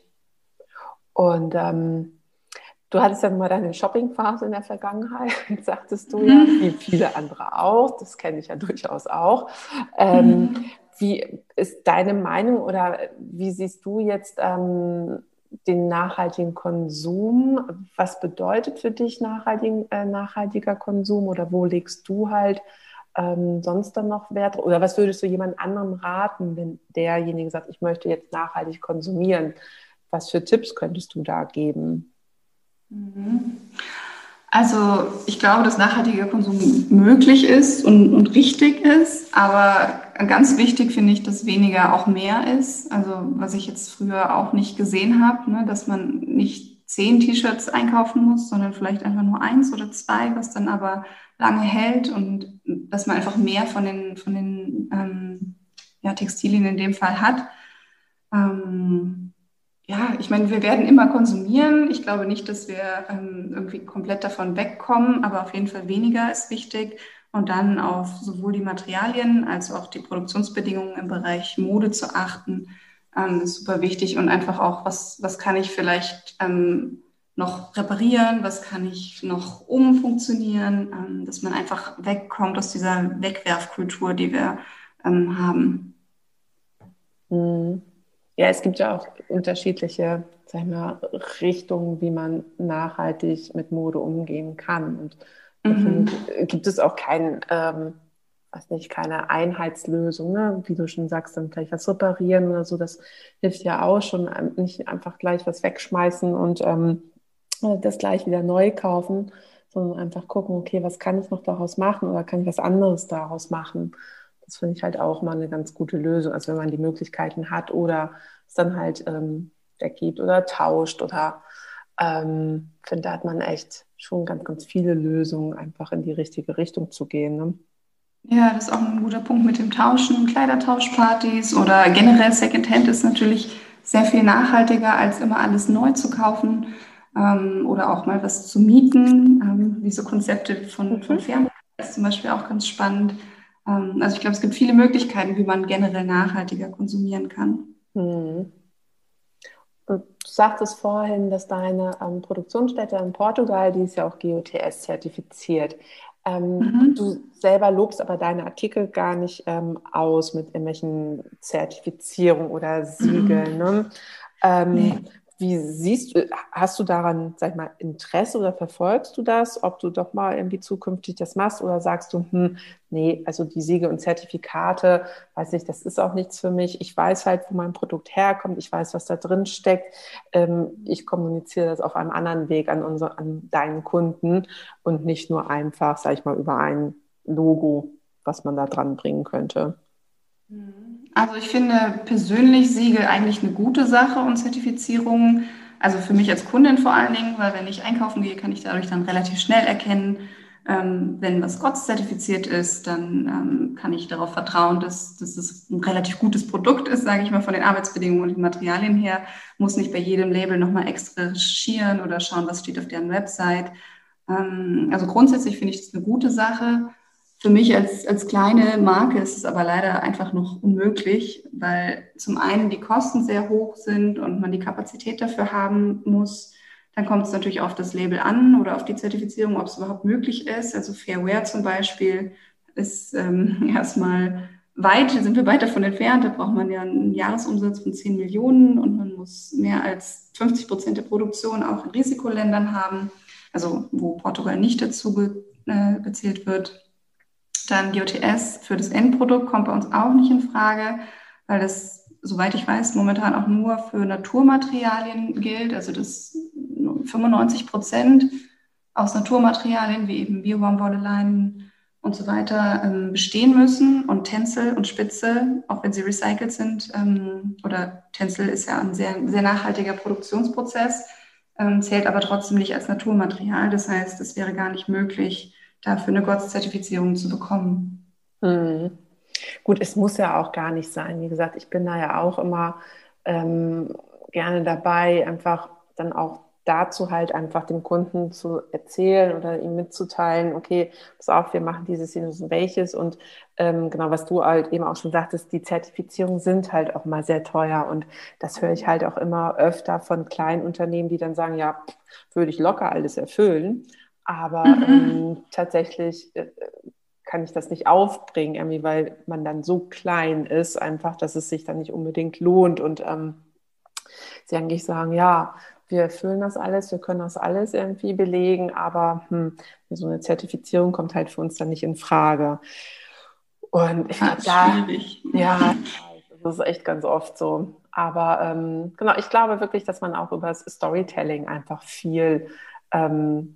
Und ähm, du hattest ja mal deine Shoppingphase in der Vergangenheit, sagtest du ja, wie viele andere auch. Das kenne ich ja durchaus auch. Ähm, Mhm. wie ist deine Meinung oder wie siehst du jetzt ähm, den nachhaltigen Konsum? Was bedeutet für dich nachhaltigen, äh, nachhaltiger Konsum oder wo legst du halt ähm, sonst dann noch Wert? Oder was würdest du jemand anderem raten, wenn derjenige sagt, ich möchte jetzt nachhaltig konsumieren? Was für Tipps könntest du da geben? Mhm. Also ich glaube, dass nachhaltiger Konsum möglich ist und, und richtig ist, aber ganz wichtig finde ich, dass weniger auch mehr ist. Also was ich jetzt früher auch nicht gesehen habe, ne, dass man nicht zehn T-Shirts einkaufen muss, sondern vielleicht einfach nur eins oder zwei, was dann aber lange hält und dass man einfach mehr von den, von den ähm, ja, Textilien in dem Fall hat. Ähm, ja, ich meine, wir werden immer konsumieren. Ich glaube nicht, dass wir ähm, irgendwie komplett davon wegkommen, aber auf jeden Fall weniger ist wichtig. Und dann auf sowohl die Materialien als auch die Produktionsbedingungen im Bereich Mode zu achten, ähm, ist super wichtig. Und einfach auch, was, was kann ich vielleicht ähm, noch reparieren, was kann ich noch umfunktionieren, ähm, dass man einfach wegkommt aus dieser Wegwerfkultur, die wir ähm, haben. Mhm. Ja, es gibt ja auch unterschiedliche, sag ich mal, Richtungen, wie man nachhaltig mit Mode umgehen kann. Und da Mhm. finde ich, gibt es auch kein, ähm, weiß nicht, keine Einheitslösung, ne? Wie du schon sagst, dann gleich was reparieren oder so. Das hilft ja auch schon, ähm, nicht einfach gleich was wegschmeißen und ähm, das gleich wieder neu kaufen, sondern einfach gucken, okay, was kann ich noch daraus machen oder kann ich was anderes daraus machen? Das finde ich halt auch mal eine ganz gute Lösung. Also wenn man die Möglichkeiten hat oder es dann halt ähm, weggibt oder tauscht oder ähm, finde, da hat man echt schon ganz, ganz viele Lösungen, einfach in die richtige Richtung zu gehen. Ne? Ja, das ist auch ein guter Punkt mit dem Tauschen, Kleidertauschpartys oder generell Secondhand ist natürlich sehr viel nachhaltiger, als immer alles neu zu kaufen ähm, oder auch mal was zu mieten. Ähm, diese Konzepte von, von Mhm. Fernreise ist zum Beispiel auch ganz spannend. Ähm, also ich glaube, es gibt viele Möglichkeiten, wie man generell nachhaltiger konsumieren kann. Mhm. Und du sagtest vorhin, dass deine ähm, Produktionsstätte in Portugal, die ist ja auch G O T S-zertifiziert. Ähm, Mhm. du selber lobst aber deine Artikel gar nicht ähm, aus mit irgendwelchen Zertifizierungen oder Siegeln. Mhm. Ne? Ähm, Nee. wie siehst du, hast du daran, sag ich mal, Interesse oder verfolgst du das, ob du doch mal irgendwie zukünftig das machst oder sagst du, hm, nee, also die Siegel und Zertifikate, weiß ich, das ist auch nichts für mich. Ich weiß halt, wo mein Produkt herkommt. Ich weiß, was da drin steckt. Ähm, ich kommuniziere das auf einem anderen Weg an, unsere, an deinen Kunden und nicht nur einfach, sag ich mal, über ein Logo, was man da dran bringen könnte. Also ich finde persönlich Siegel eigentlich eine gute Sache und Zertifizierungen. Also für mich als Kundin vor allen Dingen, weil wenn ich einkaufen gehe, kann ich dadurch dann relativ schnell erkennen, ähm, wenn was G O T S-zertifiziert ist, dann ähm, kann ich darauf vertrauen, dass, dass es ein relativ gutes Produkt ist, sage ich mal, von den Arbeitsbedingungen und den Materialien her. Muss nicht bei jedem Label nochmal extra recherchieren oder schauen, was steht auf deren Website. Ähm, also grundsätzlich finde ich das eine gute Sache. Für mich als, als kleine Marke ist es aber leider einfach noch unmöglich, weil zum einen die Kosten sehr hoch sind und man die Kapazität dafür haben muss. Dann kommt es natürlich auf das Label an oder auf die Zertifizierung, ob es überhaupt möglich ist. Also Fairware zum Beispiel ist ähm, erstmal weit, sind wir weit davon entfernt. Da braucht man ja einen Jahresumsatz von zehn Millionen und man muss mehr als fünfzig Prozent der Produktion auch in Risikoländern haben, also wo Portugal nicht dazu ge äh, gezählt wird. Dann G O T S für das Endprodukt kommt bei uns auch nicht in Frage, weil das, soweit ich weiß, momentan auch nur für Naturmaterialien gilt. Also dass fünfundneunzig Prozent aus Naturmaterialien wie eben Biobaumwolle, Leinen und so weiter ähm, bestehen müssen. Und Tencel und Spitze, auch wenn sie recycelt sind, ähm, oder Tencel ist ja ein sehr, sehr nachhaltiger Produktionsprozess, ähm, zählt aber trotzdem nicht als Naturmaterial. Das heißt, es wäre gar nicht möglich, dafür eine G O T S-Zertifizierung zu bekommen. Mhm. Gut, es muss ja auch gar nicht sein. Wie gesagt, ich bin da ja auch immer ähm, gerne dabei, einfach dann auch dazu halt einfach dem Kunden zu erzählen oder ihm mitzuteilen, okay, pass auf, wir machen dieses, dieses und welches und ähm, genau, was du halt eben auch schon sagtest, die Zertifizierungen sind halt auch mal sehr teuer und das höre ich halt auch immer öfter von kleinen Unternehmen, die dann sagen, ja, pff, würde ich locker alles erfüllen, aber Mhm. ähm, tatsächlich äh, kann ich das nicht aufbringen, irgendwie, weil man dann so klein ist, einfach, dass es sich dann nicht unbedingt lohnt. Und ähm, sie eigentlich sagen, ja, wir erfüllen das alles, wir können das alles irgendwie belegen, aber hm, so eine Zertifizierung kommt halt für uns dann nicht in Frage. Und ich Ja, glaube, ist da, schwierig. ja, das ist echt ganz oft so. Aber ähm, genau, ich glaube wirklich, dass man auch über das Storytelling einfach viel ähm,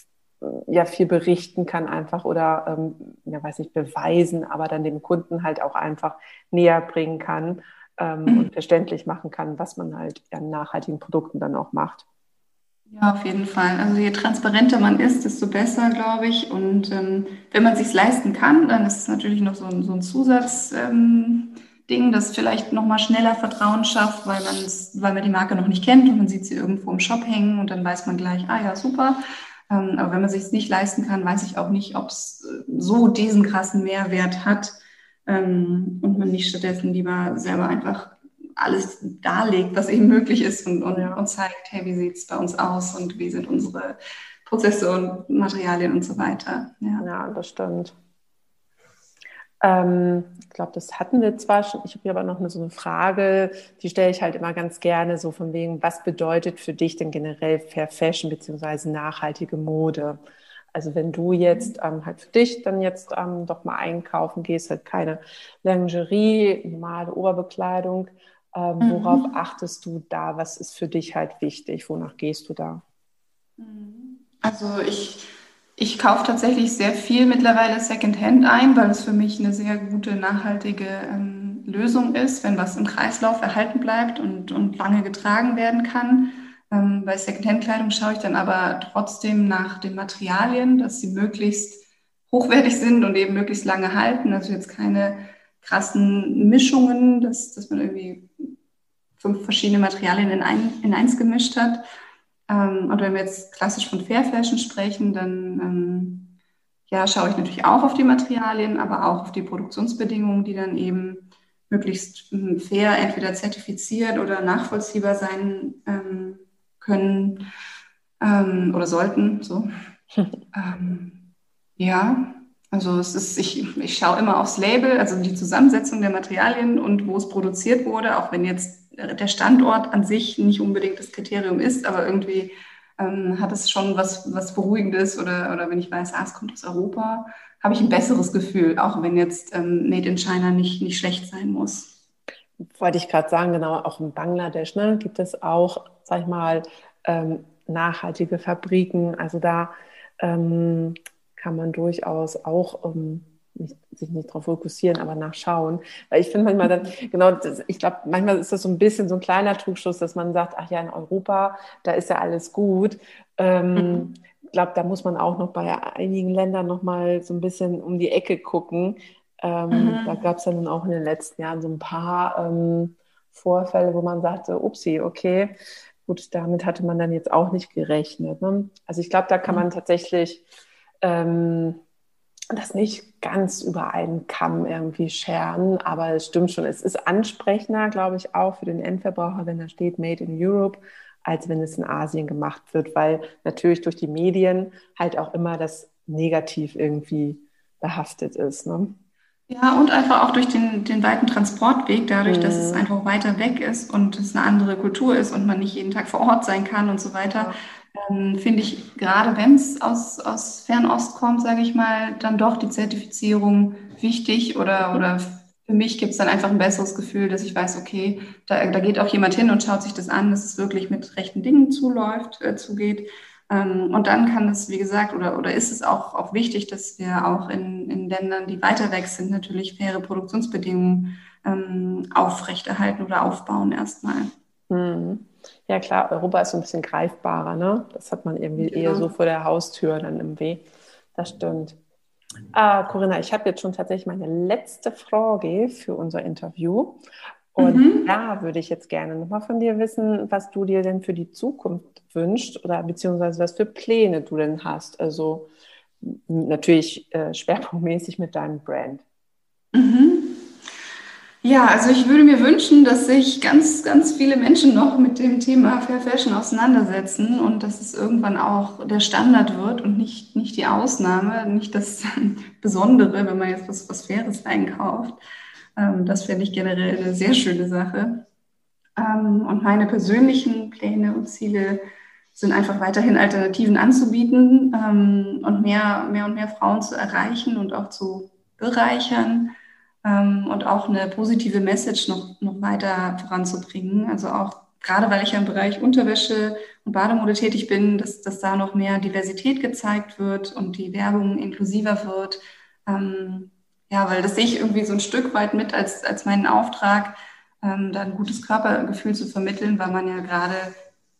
ja viel berichten kann einfach oder ähm, ja weiß nicht beweisen, aber dann dem Kunden halt auch einfach näher bringen kann ähm, und verständlich machen kann, was man halt an nachhaltigen Produkten dann auch macht. Ja, auf jeden Fall. Also je transparenter man ist, desto besser, glaube ich. Und ähm, wenn man es sich leisten kann, dann ist es natürlich noch so ein, so ein Zusatzding, ähm, Ding, das vielleicht nochmal schneller Vertrauen schafft, weil man es, weil man die Marke noch nicht kennt und man sieht sie irgendwo im Shop hängen und dann weiß man gleich, ah ja, super. Ähm, aber wenn man sich es nicht leisten kann, weiß ich auch nicht, ob es so diesen krassen Mehrwert hat, ähm, und man nicht stattdessen lieber selber einfach alles darlegt, was eben möglich ist und, und, Ja. und zeigt, hey, wie sieht es bei uns aus und wie sind unsere Prozesse und Materialien und so weiter. Ja. Ja, das stimmt. Ähm, ich glaube, das hatten wir zwar schon. Ich habe hier aber noch eine, so eine Frage, die stelle ich halt immer ganz gerne, so von wegen, was bedeutet für dich denn generell Fair Fashion beziehungsweise nachhaltige Mode? Also wenn du jetzt ähm, halt für dich dann jetzt ähm, doch mal einkaufen gehst, halt keine Lingerie, normale Oberbekleidung, ähm, worauf Mhm. achtest du da? Was ist für dich halt wichtig? Wonach gehst du da? Also ich, ich kaufe tatsächlich sehr viel mittlerweile Secondhand ein, weil es für mich eine sehr gute, nachhaltige ähm, Lösung ist, wenn was im Kreislauf erhalten bleibt und, und lange getragen werden kann. Ähm, bei Secondhand-Kleidung schaue ich dann aber trotzdem nach den Materialien, dass sie möglichst hochwertig sind und eben möglichst lange halten. Also jetzt keine krassen Mischungen, dass, dass man irgendwie fünf verschiedene Materialien in, ein, in eins gemischt hat. Ähm, und wenn wir jetzt klassisch von Fair Fashion sprechen, dann ähm, ja, schaue ich natürlich auch auf die Materialien, aber auch auf die Produktionsbedingungen, die dann eben möglichst ähm, fair entweder zertifiziert oder nachvollziehbar sein ähm, können ähm, oder sollten. So. Ähm, ja, also es ist, ich, ich schaue immer aufs Label, also die Zusammensetzung der Materialien und wo es produziert wurde, auch wenn jetzt der Standort an sich nicht unbedingt das Kriterium ist, aber irgendwie ähm, hat es schon was, was Beruhigendes oder, oder wenn ich weiß, ah, es kommt aus Europa, habe ich ein besseres Gefühl, auch wenn jetzt ähm, Made in China nicht, nicht schlecht sein muss. Wollte ich gerade sagen, genau, auch in Bangladesch, ne, gibt es auch, sag ich mal, ähm, nachhaltige Fabriken. Also da ähm, kann man durchaus auch ähm, nicht, sich nicht darauf fokussieren, aber nachschauen. Weil ich finde manchmal dann, genau, das, ich glaube, manchmal ist das so ein bisschen so ein kleiner Trugschluss, dass man sagt, ach ja, in Europa, da ist ja alles gut. Ähm, Mhm. ich glaube, da muss man auch noch bei einigen Ländern noch mal so ein bisschen um die Ecke gucken. Ähm, da Mhm. gab es dann auch in den letzten Jahren so ein paar ähm, Vorfälle, wo man sagte, upsie, okay, gut, damit hatte man dann jetzt auch nicht gerechnet. Ne? Also ich glaube, da kann man tatsächlich ähm, das nicht ganz über einen Kamm irgendwie scheren, aber es stimmt schon, es ist ansprechender, glaube ich, auch für den Endverbraucher, wenn da steht Made in Europe, als wenn es in Asien gemacht wird, weil natürlich durch die Medien halt auch immer das negativ irgendwie behaftet ist. Ne? Ja, und einfach auch durch den, den weiten Transportweg, dadurch, dass es Mhm. einfach weiter weg ist und es eine andere Kultur ist und man nicht jeden Tag vor Ort sein kann und so weiter, Ja. ähm, finde ich, gerade wenn es aus, aus Fernost kommt, sage ich mal, dann doch die Zertifizierung wichtig oder, Mhm. oder für mich gibt es dann einfach ein besseres Gefühl, dass ich weiß, okay, da, da geht auch jemand hin und schaut sich das an, dass es wirklich mit rechten Dingen zuläuft, äh, zugeht. Ähm, und dann kann es, wie gesagt, oder, oder ist es auch, auch wichtig, dass wir auch in, in Ländern, die weiter weg sind, natürlich faire Produktionsbedingungen ähm, aufrechterhalten oder aufbauen erstmal. Mhm. Ja klar, Europa ist so ein bisschen greifbarer, ne? Das hat man irgendwie eher so Genau. vor der Haustür dann im Weh. Das stimmt. Ah, Corinna, ich habe jetzt schon tatsächlich meine letzte Frage für unser Interview. Und Mhm. da würde ich jetzt gerne nochmal von dir wissen, was du dir denn für die Zukunft wünschst oder beziehungsweise was für Pläne du denn hast. Also m- natürlich äh, schwerpunktmäßig mit deinem Brand. Mhm. Ja, also ich würde mir wünschen, dass sich ganz, ganz viele Menschen noch mit dem Thema Fair Fashion auseinandersetzen und dass es irgendwann auch der Standard wird und nicht, nicht die Ausnahme, nicht das Besondere, wenn man jetzt was, was Faires einkauft. Ähm, das fände ich generell eine sehr schöne Sache. Ähm, und meine persönlichen Pläne und Ziele sind einfach weiterhin Alternativen anzubieten, ähm, und mehr, mehr und mehr Frauen zu erreichen und auch zu bereichern, ähm, und auch eine positive Message noch, noch weiter voranzubringen. Also auch gerade weil ich ja im Bereich Unterwäsche und Bademode tätig bin, dass, dass da noch mehr Diversität gezeigt wird und die Werbung inklusiver wird. Ähm, ja, weil das sehe ich irgendwie so ein Stück weit mit als, als meinen Auftrag, ähm, da ein gutes Körpergefühl zu vermitteln, weil man ja gerade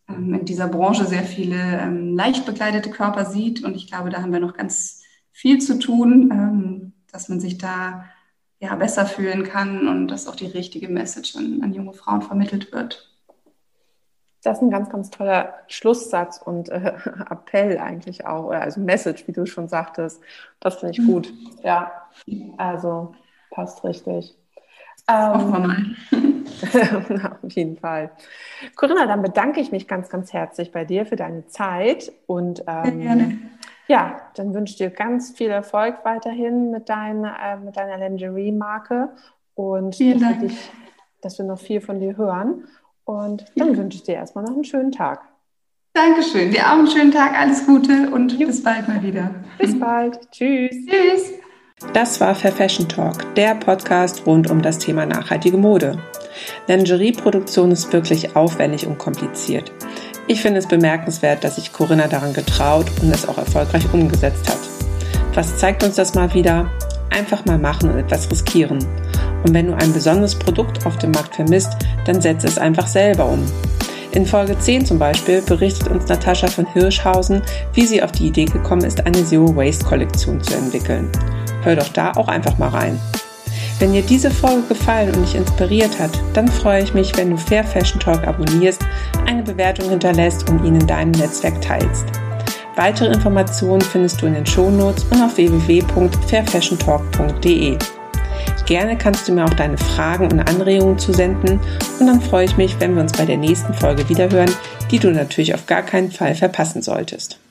ähm, in dieser Branche sehr viele ähm, leicht bekleidete Körper sieht. Und ich glaube, da haben wir noch ganz viel zu tun, ähm, dass man sich da ja, besser fühlen kann und dass auch die richtige Message an, an junge Frauen vermittelt wird. Das ist ein ganz, ganz toller Schlusssatz und äh, Appell eigentlich auch, oder also Message, wie du schon sagtest. Das finde ich gut. Ja, also passt richtig. Hoffen wir mal. Auf jeden Fall. Corinna, dann bedanke ich mich ganz, ganz herzlich bei dir für deine Zeit und ähm, gerne. Ja, dann wünsche ich dir ganz viel Erfolg weiterhin mit deiner, äh, mit deiner Lingerie-Marke und Vielen dass wir, Dank. dich, dass wir noch viel von dir hören. Und dann wünsche ich dir erstmal noch einen schönen Tag. Dankeschön. Dir auch einen schönen Tag. Alles Gute und ja. Bis bald mal wieder. Bis bald. Tschüss. Tschüss. Das war Fair Fashion Talk, der Podcast rund um das Thema nachhaltige Mode. Lingerie-Produktion ist wirklich aufwendig und kompliziert. Ich finde es bemerkenswert, dass sich Corinna daran getraut und es auch erfolgreich umgesetzt hat. Was zeigt uns das mal wieder? Einfach mal machen und etwas riskieren. Und wenn du ein besonderes Produkt auf dem Markt vermisst, dann setze es einfach selber um. In Folge zehn zum Beispiel berichtet uns Natascha von Hirschhausen, wie sie auf die Idee gekommen ist, eine Zero-Waste-Kollektion zu entwickeln. Hör doch da auch einfach mal rein. Wenn dir diese Folge gefallen und dich inspiriert hat, dann freue ich mich, wenn du Fair Fashion Talk abonnierst, eine Bewertung hinterlässt und ihn in deinem Netzwerk teilst. Weitere Informationen findest du in den Shownotes und auf w w w punkt fair fashion talk punkt d e. Gerne kannst du mir auch deine Fragen und Anregungen zusenden und dann freue ich mich, wenn wir uns bei der nächsten Folge wieder hören, die du natürlich auf gar keinen Fall verpassen solltest.